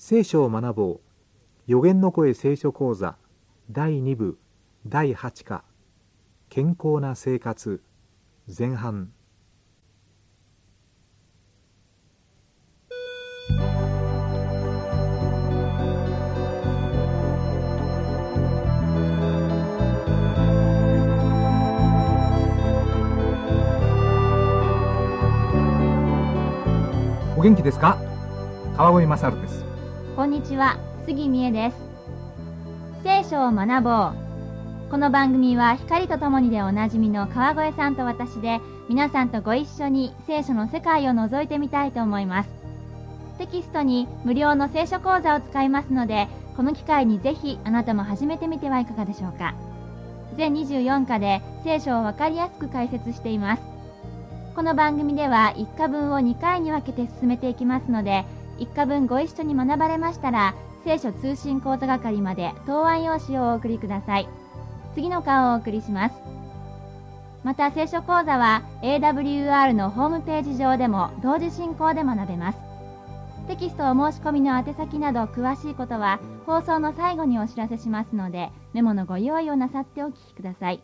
聖書を学ぼう予言の声聖書講座第2部第8課健康な生活前半。お元気ですか？川越勝です。 こんにちは、杉美恵です。聖書を学ぼう。この番組は光とともにでおなじみの川越さんと私で皆さんとご一緒に聖書の世界を覗いてみたいと思います。テキストに無料の聖書講座を使いますので、この機会にぜひあなたも始めてみてはいかがでしょうか。全24課で聖書をわかりやすく解説しています。この番組では1課分を2回に分けて進めていきますので、1課分ご一緒に学ばれましたら、聖書通信講座係まで答案用紙をお送りください。次の課をお送りします。また聖書講座は AWR のホームページ上でも同時進行で学べます。テキストお申し込みの宛先など詳しいことは放送の最後にお知らせしますので、メモのご用意をなさってお聞きください。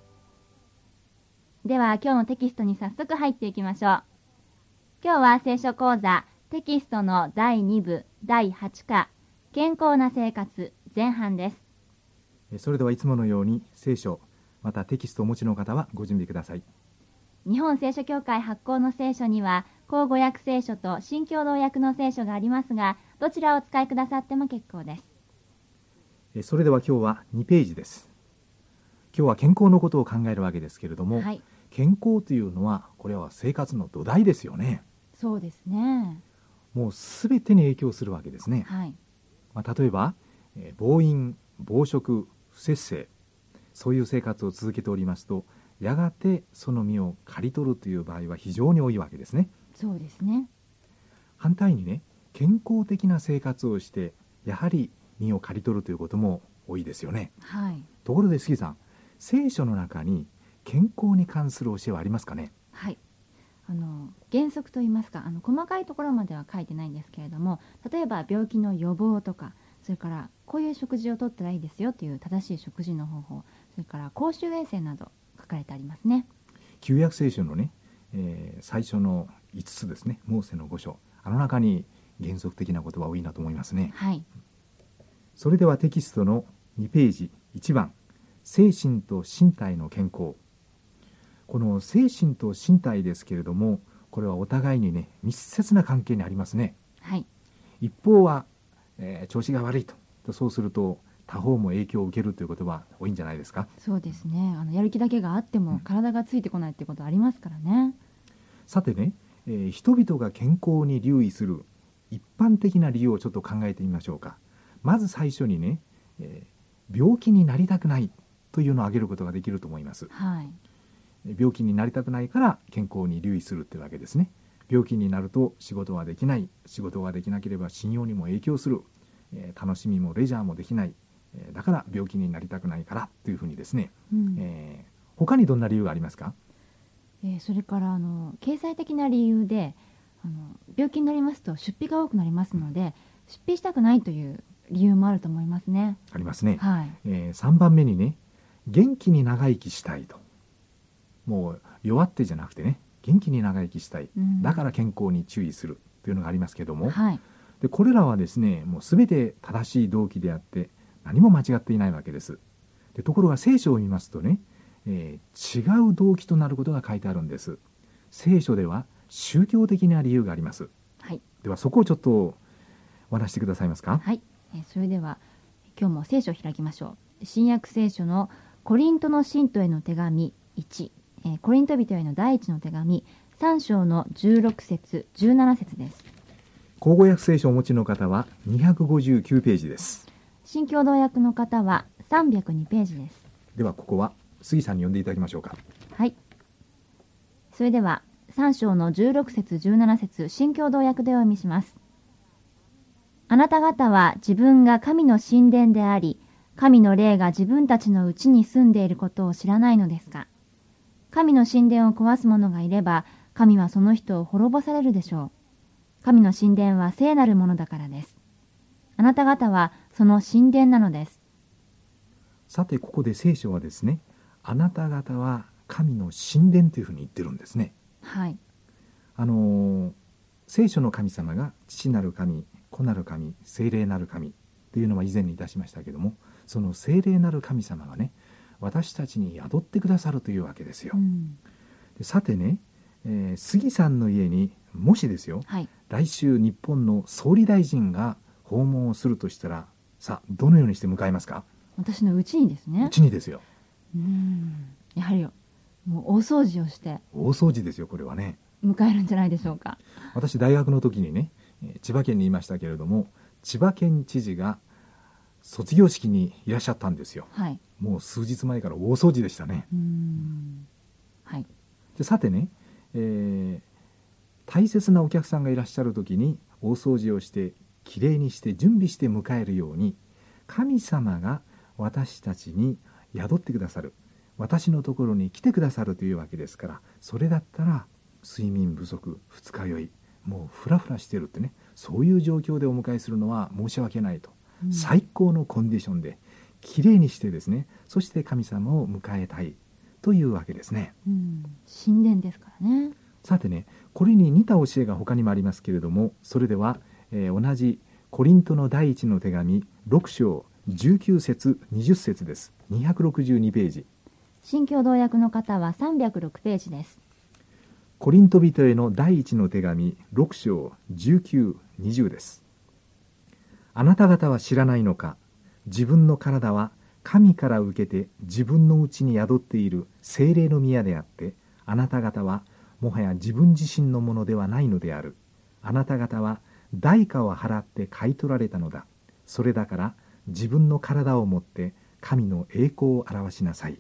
では今日のテキストに早速入っていきましょう。今日は聖書講座テキストの第2部第8課健康な生活前半です。 それではいつものように聖書またテキストをお持ちの方はご準備ください。 日本聖書協会発行の聖書には口語訳聖書と新共同訳の聖書がありますが、どちらをお使いくださっても結構です。 それでは今日は2ページです。今日は健康のことを考えるわけですけれども、 はい、 健康というのはこれは生活の土台ですよね。 そうですね。 もうすべてに影響するわけですね。 はい、 例えば暴飲暴食不節制、そういう生活を続けておりますと、やがてその身を刈り取るという場合は非常に多いわけですね。 そうですね。 反対にね、健康的な生活をしてやはり身を刈り取るということも多いですよね。 はい、 ところで杉さん、聖書の中に健康に関する教えはありますかね？ はい、原則といいますか、細かいところまでは書いてないんですけれども、例えば病気の予防とか、それからこういう食事をとったらいいですよという正しい食事の方法、それから公衆衛生など書かれてありますね。 旧約聖書のね、最初の5つですね、モーセの5書、あの中に原則的なことは多いなと思いますね。 はい、 それではテキストの2ページ1番、精神と身体の健康。この精神と身体ですけれども、これはお互いにね密接な関係にありますね。 はい、 一方は、調子が悪いと、そうすると他方も影響を受けるということは多いんじゃないですか？ そうですね。やる気だけがあっても体がついてこないってことありますからね。 さてね、人々が健康に留意する一般的な理由をちょっと考えてみましょうか。まず最初にね、病気になりたくないというのを挙げることができると思います。 はい、 病気になりたくないから健康に留意するというわけですね。病気になると仕事はできない、仕事ができなければ信用にも影響する、楽しみもレジャーもできない、だから病気になりたくないからというふうにですね、他にどんな理由がありますか？ それから経済的な理由で病気になりますと出費が多くなりますので、出費したくないという理由もあると思いますね。 ありますね。 はい、 3番目にね、元気に長生きしたいと。もう弱ってじゃなくてね、元気に長生きしたい、だから健康に注意するというのがありますけども、 はい、 でこれらはですね、もう全て正しい動機であって何も間違っていないわけです。でところが聖書を見ますとね、違う動機となることが書いてあるんです。聖書では宗教的な理由があります。 はい、 ではそこをちょっとお話してくださいますか？ はい、それでは今日も聖書を開きましょう。新約聖書のコリントの信徒への手紙1、コリント人への第一の手紙3章の16節17節です。 口語訳聖書をお持ちの方は259ページです。 新共同訳の方は302ページです。 ではここは杉さんに読んでいただきましょうか。 はい、それでは3章の16節17節新共同訳でお読みします。あなた方は自分が神の神殿であり、神の霊が自分たちのうちに住んでいることを知らないのですか？神の神殿を壊す者がいれば、神はその人を滅ぼされるでしょう。神の神殿は聖なるものだからです。 あなた方はその神殿なのです。 さてここで聖書はですね、あなた方は神の神殿というふうに言ってるんですね。 はい。 聖書の神様が父なる神、子なる神、聖霊なる神というのは以前にいたしましたけども、その聖霊なる神様がね、私たちに宿ってくださるというわけですよ。でさてね、杉さんの家にもしですよ、 はい、 来週日本の総理大臣が訪問をするとしたら、さあどのようにして迎えますか？ 私の家にですね。 家にですよ。 やはりもう大掃除をして。 大掃除ですよ、これはね。 迎えるんじゃないでしょうか。 私大学の時にね、千葉県にいましたけれども、千葉県知事が卒業式にいらっしゃったんですよ。 はい、 もう数日前から大掃除でしたね。 はい、 でさてね、大切なお客さんがいらっしゃる時に大掃除をしてきれいにして準備して迎えるように、神様が私たちに宿ってくださる、私のところに来てくださるというわけですから、それだったら睡眠不足、二日酔い、もうフラフラしてるってね、そういう状況でお迎えするのは申し訳ないと、最高のコンディションできれいにしてですね、そして神様を迎えたいというわけですね。 神殿ですからね。 さてね、これに似た教えが他にもありますけれども、それでは、同じコリントの第一の手紙6章19節20節です。262ページ。 新共同訳の方は306ページです。 コリント人への第一の手紙6章19、20です。あなた方は知らないのか、自分の体は神から受けて自分のうちに宿っている聖霊の宮であって、あなた方はもはや自分自身のものではないのである。あなた方は代価を払って買い取られたのだ。それだから自分の体をもって神の栄光を表しなさい。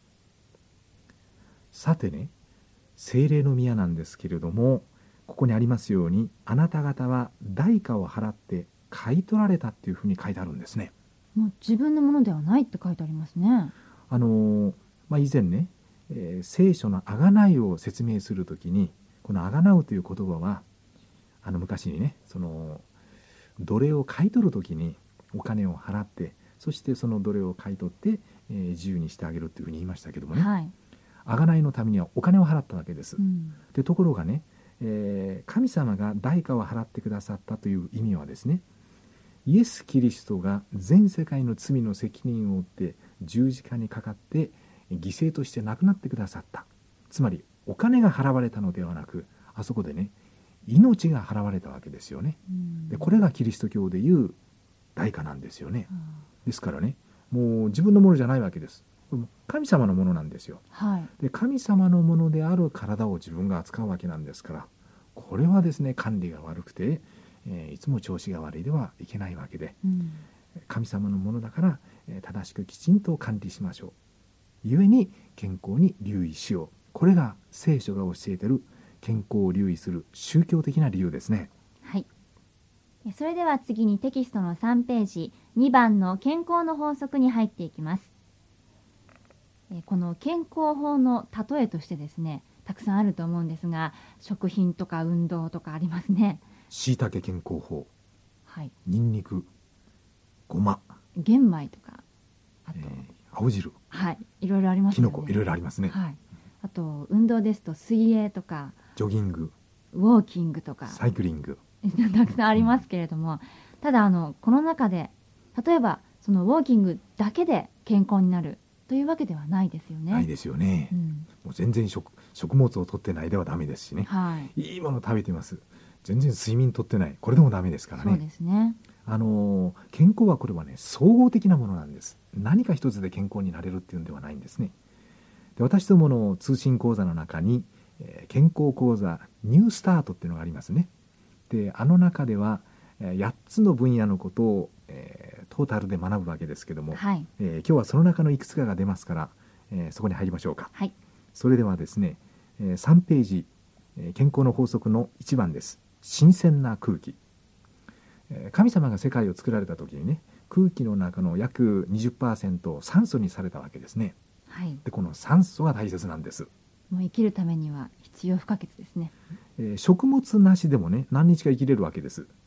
さてね、聖霊の宮なんですけれども、ここにありますように、あなた方は代価を払って買い取られたっていうふうに書いてあるんですね。 もう自分のものではないって書いてありますね。 以前ね、聖書の贖いを説明するときに、この贖うという言葉は昔にね、その奴隷を買い取るときにお金を払って、そしてその奴隷を買い取って、自由にしてあげるっていうふうに言いましたけどもね、 はい、 贖いのためにはお金を払ったわけです。でところがね、神様が代価を払ってくださったという意味はですね、イエス・キリストが全世界の罪の責任を負って十字架にかかって犠牲として亡くなってくださった。つまりお金が払われたのではなく、あそこでね、命が払われたわけですよね。でこれがキリスト教でいう代価なんですよね。ですからね、もう自分のものじゃないわけです。神様のものなんですよ。で神様のものである体を自分が扱うわけなんですから、これはですね、管理が悪くて、いつも調子が悪いではいけないわけで、神様のものだから、正しくきちんと管理しましょう。故に健康に留意しよう。これが聖書が教えている健康を留意する宗教的な理由ですね。 はい。それでは次にテキストの3ページ2番の健康の法則に入っていきます。この健康法の例えとしてですね、たくさんあると思うんですが、食品とか運動とかありますね。 椎茸健康法、 はい、 ニンニク、ごま、 玄米とか、あと、 青汁、 はい、いろいろありますよね。 キノコ、いろいろありますね。 はい、あと運動ですと水泳とかジョギング、 ウォーキングとかサイクリング、 たくさんありますけれども、ただこの中で例えばそのウォーキングだけで健康になるというわけではないですよね。 ないですよね。もう全然食物を取ってないではダメですしね、いいもの食べてます、全然睡眠とってない、これでもダメですからね。 そうですね。 健康はこれはね、総合的なものなんです。何か一つで健康になれるっていうんではないんですね。で私どもの通信講座の中に、健康講座ニュースタートっていうのがありますね。で中では8つの分野のことを、トータルで学ぶわけですけども、今日はその中のいくつかが出ますから、そこに入りましょうか。それではですね、3ページ、健康の法則の1番です。新鮮な空気。神様が世界を作られた時にね、空気の中の約 20% を酸素にされたわけですね。でこの酸素が大切なんです。 もう生きるためには必要不可欠ですね。 食物なしでもね、何日か生きれるわけです。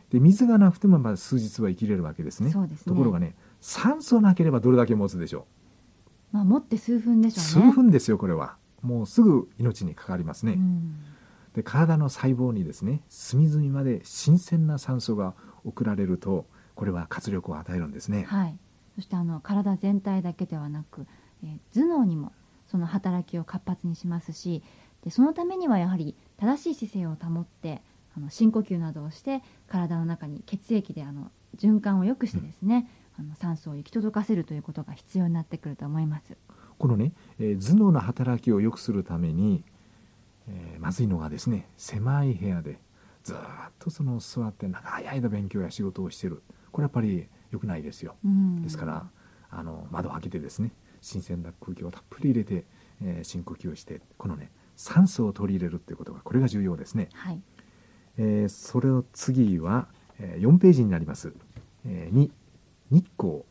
で水がなくてもまだ数日は生きれるわけですね。 そうですね。 ところがね、酸素なければどれだけ持つでしょまあ、持って数分でしょう。 うね。 数分ですよ。これはもうすぐ命にかかりますね。で体の細胞にですね、隅々まで新鮮な酸素が送られると、これは活力を与えるんですね。 はい。そして体全体だけではなく、頭脳にもその働きを活発にしますし、でそのためにはやはり正しい姿勢を保って深呼吸などをして体の中に血液で循環を良くしてですね、酸素を行き届かせるということが必要になってくると思います。 このね、頭脳の働きを良くするために、まずいのがですね、狭い部屋でずっと座って長い間勉強や仕事をしている。これやっぱり良くないですよ。ですから窓を開けてですね、新鮮な空気をたっぷり入れて、深呼吸をして、このね、酸素を取り入れるということが、これが重要ですね。 はい。 それを次は、4ページになります。2、日光。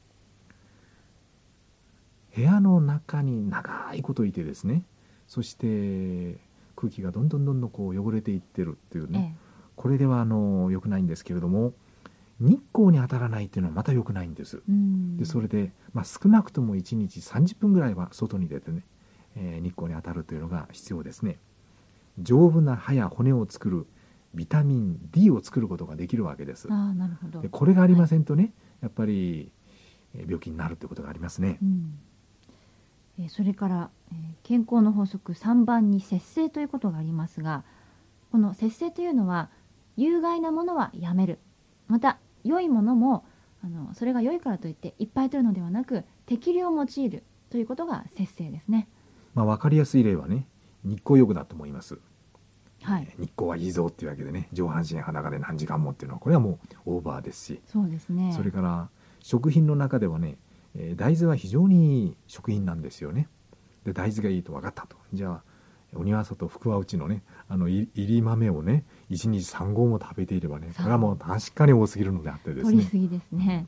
部屋の中に長いこといてですね、そして空気がどんどんこう汚れていってるっていうね、これでは良くないんですけれども、日光に当たらないっていうのはまた良くないんです。でそれで、少なくとも1日30分ぐらいは外に出てね、日光に当たるというのが必要ですね。丈夫な歯や骨を作るビタミン D を作ることができるわけです。 なるほど。 でこれがありませんとね、やっぱり病気になるということがありますね。 それから、健康の法則3番に節制ということがありますが、この節制というのは有害なものはやめる、また良いものもそれが良いからといっていっぱい取るのではなく、適量を用いるということが節制ですね。 分かりやすい例はね、日光浴だと思います。 はい、 日光はいいぞっていうわけでね、上半身裸で何時間もっていうのは、これはもうオーバーですし、 そうですね。 それから食品の中ではね、大豆は非常にいい食品なんですよね。で大豆がいいと分かったと。じゃあ鬼は外福は内のね、入り豆をね1日3合も食べていればね、これはもう確かに多すぎるのであってですね、 取りすぎですね。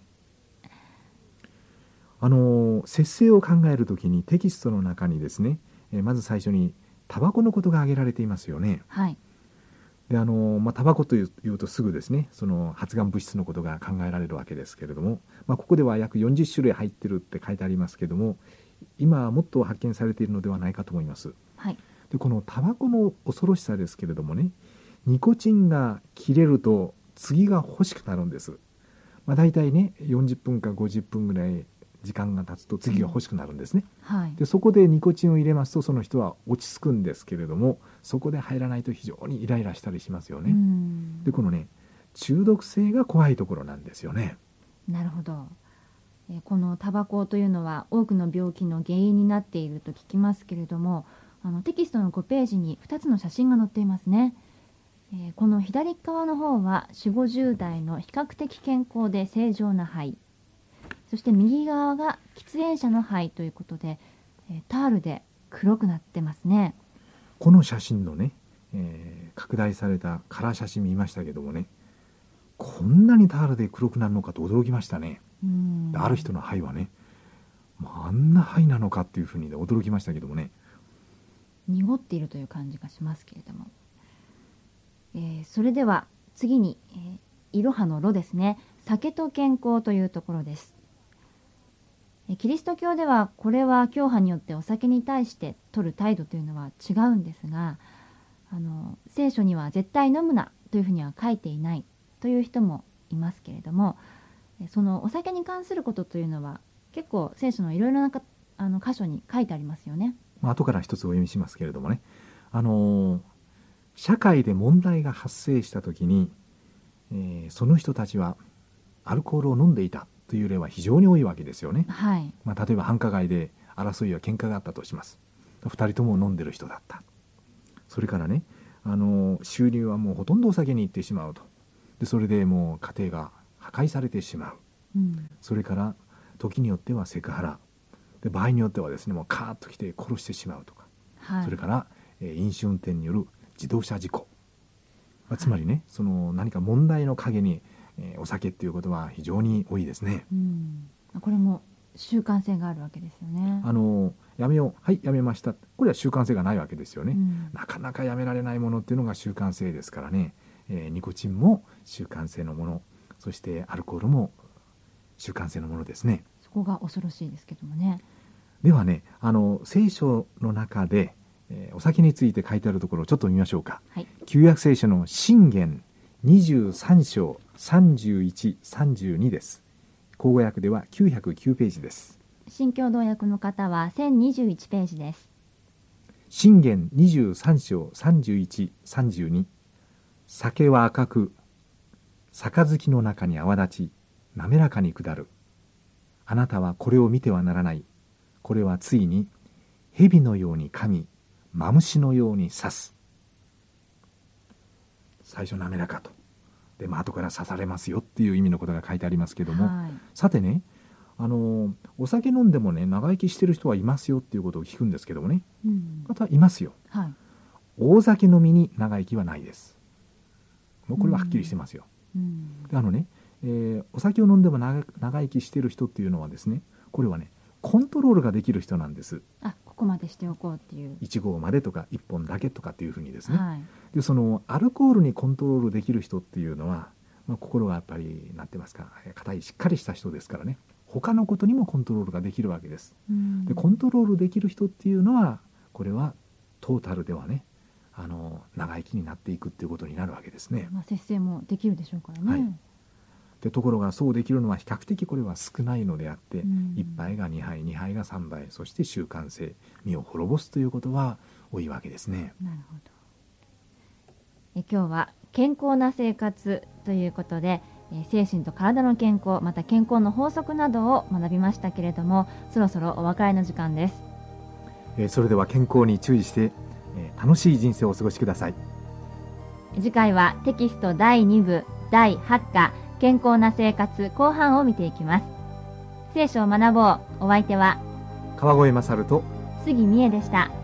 節制を考えるときにテキストの中にですね、まず最初にタバコのことが挙げられていますよね。 はい。 でタバコというとすぐですね、その発がん物質のことが考えられるわけですけれども、ここでは約40種類入ってるって書いてありますけども、今はもっと発見されているのではないかと思います。 はい。 でこのタバコの恐ろしさですけれどもね、ニコチンが切れると次が欲しくなるんです。だいたいね40分か50分ぐらい時間が経つと次が欲しくなるんですね。 はい。 でそこでニコチンを入れますと、その人は落ち着くんですけれども、そこで入らないと非常にイライラしたりしますよね。でこのね、中毒性が怖いところなんですよね。 なるほど。このタバコというのは多くの病気の原因になっていると聞きますけれども、テキストの5ページに2つの写真が載っていますね。この左側の方は4、50代の比較的健康で正常な肺、そして右側が喫煙者の肺ということで、タールで黒くなってますね。 この写真のね、拡大されたカラー写真見ましたけどもね、こんなにタールで黒くなるのかと驚きましたね。ある人の肺はね、あんな肺なのかっていうふうに驚きましたけどもね、 濁っているという感じがしますけれども、それでは次に、いろはのろですね、酒と健康というところです。キリスト教ではこれは教派によってお酒に対して取る態度というのは違うんですが、聖書には絶対飲むなというふうには書いていないという人もいますけれども、そのお酒に関することというのは結構聖書のいろいろな箇所に書いてありますよね。 後から一つお読みしますけれどもね、社会で問題が発生した時に、その人たちはアルコールを飲んでいたという例は非常に多いわけですよね。 はい。 例えば繁華街で争いや喧嘩があったとします。2人とも飲んでる人だった。それからね、収入はもうほとんどお酒に行ってしまうと。でそれでもう家庭が破壊されてしまう。それから時によってはセクハラで、場合によってはですね、もうカーッと来て殺してしまうとか、それから、飲酒運転による自動車事故、つまりね、その何か問題の陰に、お酒っていうことは非常に多いですね。 これも習慣性があるわけですよね。 やめよう、はいやめました、これは習慣性がないわけですよね。なかなかやめられないものっていうのが習慣性ですからね、 ニコチンも習慣性のもの、そしてアルコールも習慣性のものですね。 そこが恐ろしいですけどもね。 ではね、聖書の中で、お酒について書いてあるところをちょっと見ましょうか。 はい、 旧約聖書の箴言23章31、32です。口語訳では909ページです。 新共同訳の方は1021ページです。 箴言23章31、32。酒は赤く、杯の中に泡立ち、滑らかに下る。あなたはこれを見てはならない。これはついに蛇のように噛み、マムシのように刺す。最初滑らかと。で、後から刺されますよっていう意味のことが書いてありますけども、 はい、 さてね、お酒飲んでもね、長生きしてる人はいますよっていうことを聞くんですけどもね、方いますよ。 はい、 大酒飲みに長生きはないです。もうこれははっきりしてますよ。でお酒を飲んでも長生きしてる人っていうのはですね、これはね、コントロールができる人なんです。 ここまでしておこうっていう、 1合までとか1本だけとかっていうふうにですね、 はい、 でそのアルコールにコントロールできる人っていうのは、心がやっぱりなってますか、硬いしっかりした人ですからね、他のことにもコントロールができるわけです。でコントロールできる人っていうのは、これはトータルではね、長生きになっていくっていうことになるわけですね。 節制もできるでしょうからね。 はい、でところがそうできるのは比較的これは少ないのであって、1杯が2杯、2杯が3杯、そして習慣性、身を滅ぼすということは多いわけですね。 なるほど。今日は健康な生活ということで、精神と体の健康、また健康の法則などを学びましたけれども、そろそろお別れの時間です。 それでは健康に注意して、楽しい人生をお過ごしください。 次回はテキスト第2部第8課健康な生活後半を見ていきます。聖書を学ぼう。お相手は川越勝と杉美恵でした。